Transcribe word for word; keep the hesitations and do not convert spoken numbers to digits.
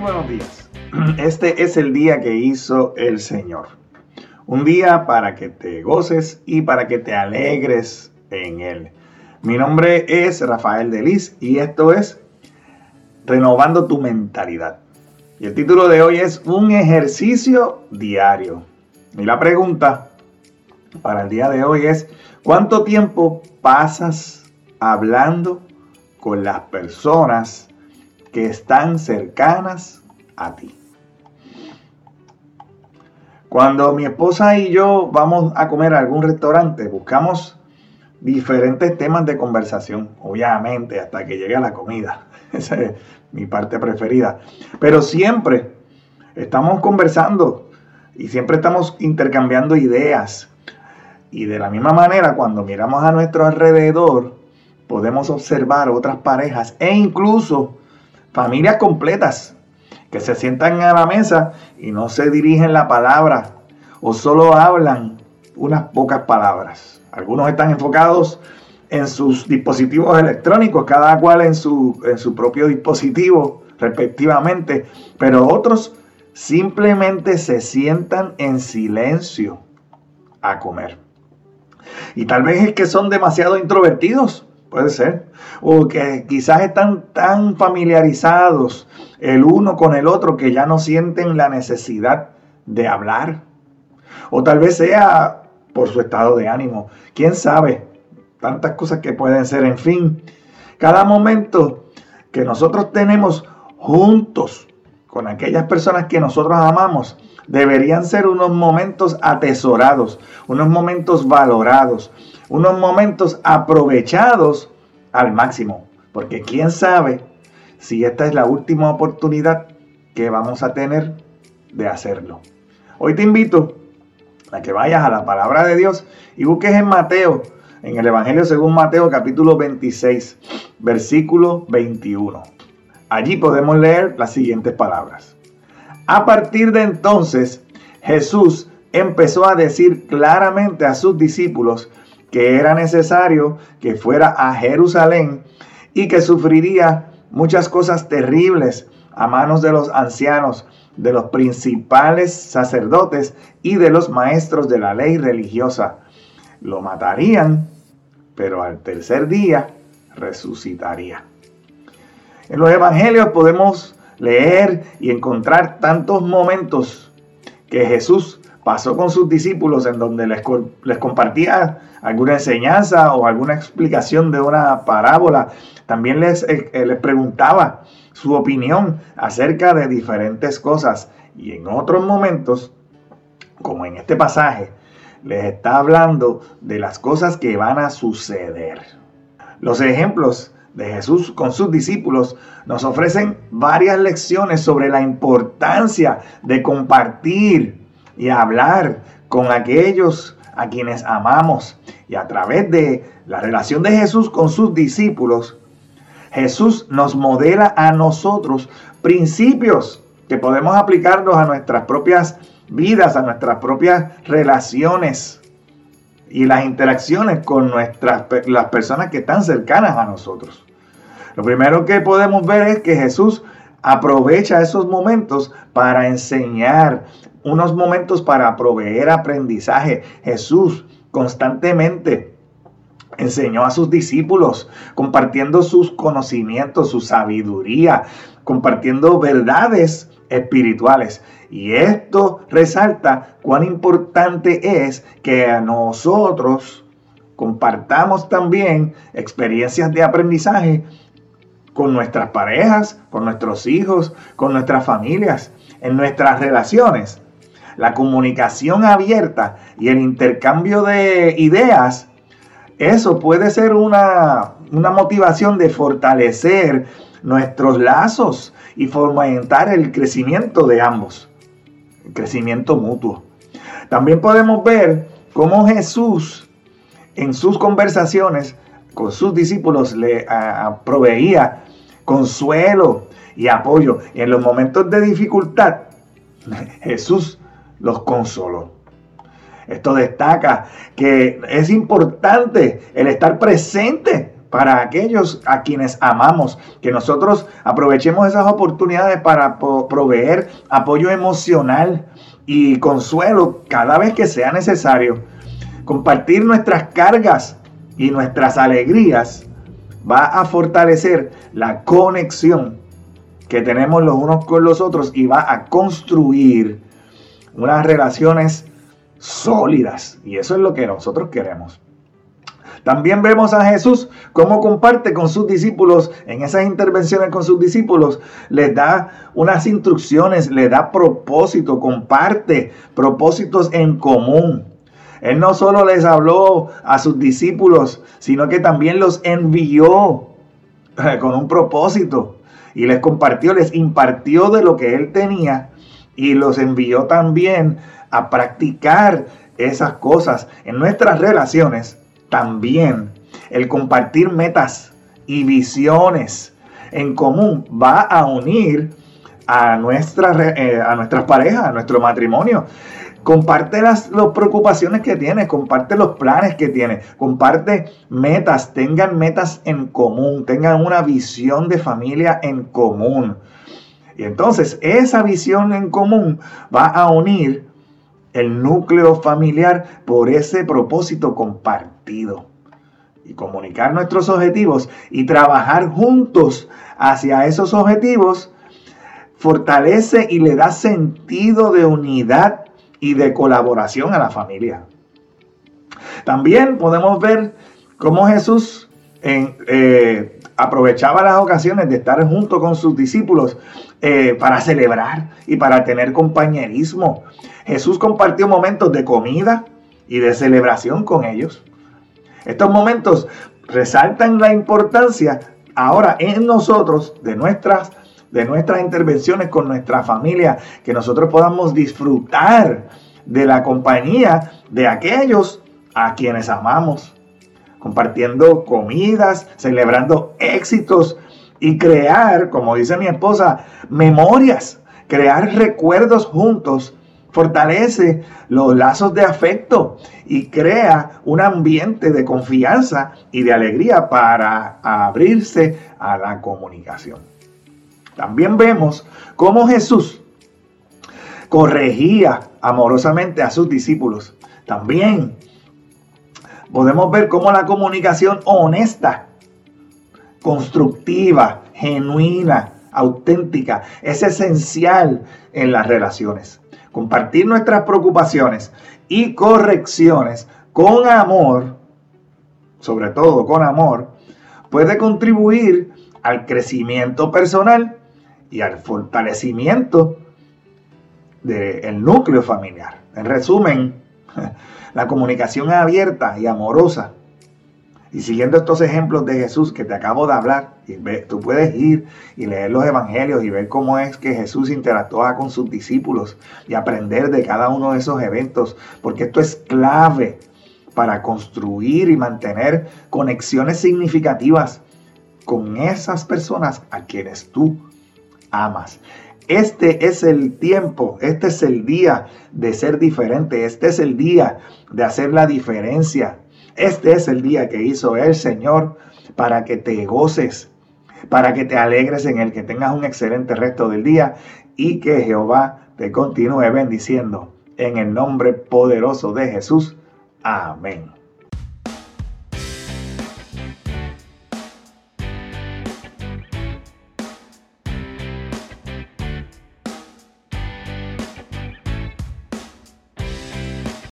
buenos días. Este es el día que hizo el Señor. Un día para que te goces y para que te alegres en Él. Mi nombre es Rafael Delis y esto es Renovando tu Mentalidad. Y el título de hoy es Un ejercicio diario. Y la pregunta para el día de hoy es: ¿cuánto tiempo pasas hablando con las personas que están cercanas a ti? Cuando mi esposa y yo vamos a comer a algún restaurante, buscamos diferentes temas de conversación, obviamente, hasta que llegue a la comida. Esa es mi parte preferida. Pero siempre estamos conversando y siempre estamos intercambiando ideas. Y de la misma manera, cuando miramos a nuestro alrededor, podemos observar otras parejas e incluso familias completas que se sientan a la mesa y no se dirigen la palabra o solo hablan unas pocas palabras. Algunos están enfocados en sus dispositivos electrónicos, cada cual en su, en su propio dispositivo respectivamente, pero otros simplemente se sientan en silencio a comer. Y tal vez es que son demasiado introvertidos, puede ser, o que quizás están tan familiarizados el uno con el otro que ya no sienten la necesidad de hablar. O tal vez sea por su estado de ánimo. ¿Quién sabe? Tantas cosas que pueden ser. En fin, cada momento que nosotros tenemos juntos con aquellas personas que nosotros amamos deberían ser unos momentos atesorados, unos momentos valorados, unos momentos aprovechados al máximo. Porque quién sabe si esta es la última oportunidad que vamos a tener de hacerlo. Hoy te invito a que vayas a la palabra de Dios y busques en Mateo, en el Evangelio según Mateo capítulo veintiséis, versículo veintiuno. Allí podemos leer las siguientes palabras. A partir de entonces, Jesús empezó a decir claramente a sus discípulos que era necesario que fuera a Jerusalén y que sufriría muchas cosas terribles a manos de los ancianos, de los principales sacerdotes y de los maestros de la ley religiosa. Lo matarían, pero al tercer día resucitaría. En los evangelios podemos leer y encontrar tantos momentos que Jesús pasó con sus discípulos en donde les, les compartía alguna enseñanza o alguna explicación de una parábola. También les, eh, les preguntaba su opinión acerca de diferentes cosas. Y en otros momentos, como en este pasaje, les está hablando de las cosas que van a suceder. Los ejemplos de Jesús con sus discípulos nos ofrecen varias lecciones sobre la importancia de compartir y hablar con aquellos a quienes amamos. Y a través de la relación de Jesús con sus discípulos, Jesús nos modela a nosotros principios que podemos aplicarnos a nuestras propias vidas, a nuestras propias relaciones y las interacciones con nuestras, las personas que están cercanas a nosotros. Lo primero que podemos ver es que Jesús aprovecha esos momentos para enseñar, unos momentos para proveer aprendizaje. Jesús constantemente enseñó a sus discípulos, compartiendo sus conocimientos, su sabiduría, compartiendo verdades espirituales. Y esto resalta cuán importante es que a nosotros compartamos también experiencias de aprendizaje con nuestras parejas, con nuestros hijos, con nuestras familias, en nuestras relaciones. La comunicación abierta y el intercambio de ideas, eso puede ser una, una motivación de fortalecer nuestros lazos y fomentar el crecimiento de ambos, el crecimiento mutuo. También podemos ver cómo Jesús en sus conversaciones con sus discípulos le a, proveía consuelo y apoyo. Y en los momentos de dificultad, Jesús los consoló. Esto destaca que es importante el estar presente para aquellos a quienes amamos, que nosotros aprovechemos esas oportunidades para proveer apoyo emocional y consuelo cada vez que sea necesario. Compartir nuestras cargas y nuestras alegrías va a fortalecer la conexión que tenemos los unos con los otros y va a construir unas relaciones sólidas. Y eso es lo que nosotros queremos. También vemos a Jesús cómo comparte con sus discípulos, en esas intervenciones con sus discípulos, les da unas instrucciones, les da propósito, comparte propósitos en común. Él no solo les habló a sus discípulos, sino que también los envió con un propósito y les compartió, les impartió de lo que él tenía y los envió también a practicar esas cosas en nuestras relaciones. También el compartir metas y visiones en común va a unir a, nuestra, eh, a nuestras parejas, a nuestro matrimonio. Comparte las, las preocupaciones que tienes, comparte los planes que tienes, comparte metas, tengan metas en común, tengan una visión de familia en común. Y entonces esa visión en común va a unir el núcleo familiar por ese propósito compartido. Y comunicar nuestros objetivos y trabajar juntos hacia esos objetivos fortalece y le da sentido de unidad y de colaboración a la familia. También podemos ver cómo Jesús en, eh, aprovechaba las ocasiones de estar junto con sus discípulos eh, para celebrar y para tener compañerismo. Jesús compartió momentos de comida y de celebración con ellos. Estos momentos resaltan la importancia ahora en nosotros de nuestras de nuestras intervenciones con nuestra familia, que nosotros podamos disfrutar de la compañía de aquellos a quienes amamos, compartiendo comidas, celebrando éxitos y crear, como dice mi esposa, memorias, crear recuerdos juntos, fortalece los lazos de afecto y crea un ambiente de confianza y de alegría para abrirse a la comunicación. También vemos cómo Jesús corregía amorosamente a sus discípulos. También podemos ver cómo la comunicación honesta, constructiva, genuina, auténtica, es esencial en las relaciones. Compartir nuestras preocupaciones y correcciones con amor, sobre todo con amor, puede contribuir al crecimiento personal y al fortalecimiento del núcleo familiar. En resumen, la comunicación abierta y amorosa. Y siguiendo estos ejemplos de Jesús que te acabo de hablar, y ve, tú puedes ir y leer los evangelios y ver cómo es que Jesús interactuaba con sus discípulos y aprender de cada uno de esos eventos, porque esto es clave para construir y mantener conexiones significativas con esas personas a quienes tú amas. Este es el tiempo, este es el día de ser diferente, este es el día de hacer la diferencia. Este es el día que hizo el Señor para que te goces, para que te alegres en él, que tengas un excelente resto del día y que Jehová te continúe bendiciendo. En el nombre poderoso de Jesús. Amén.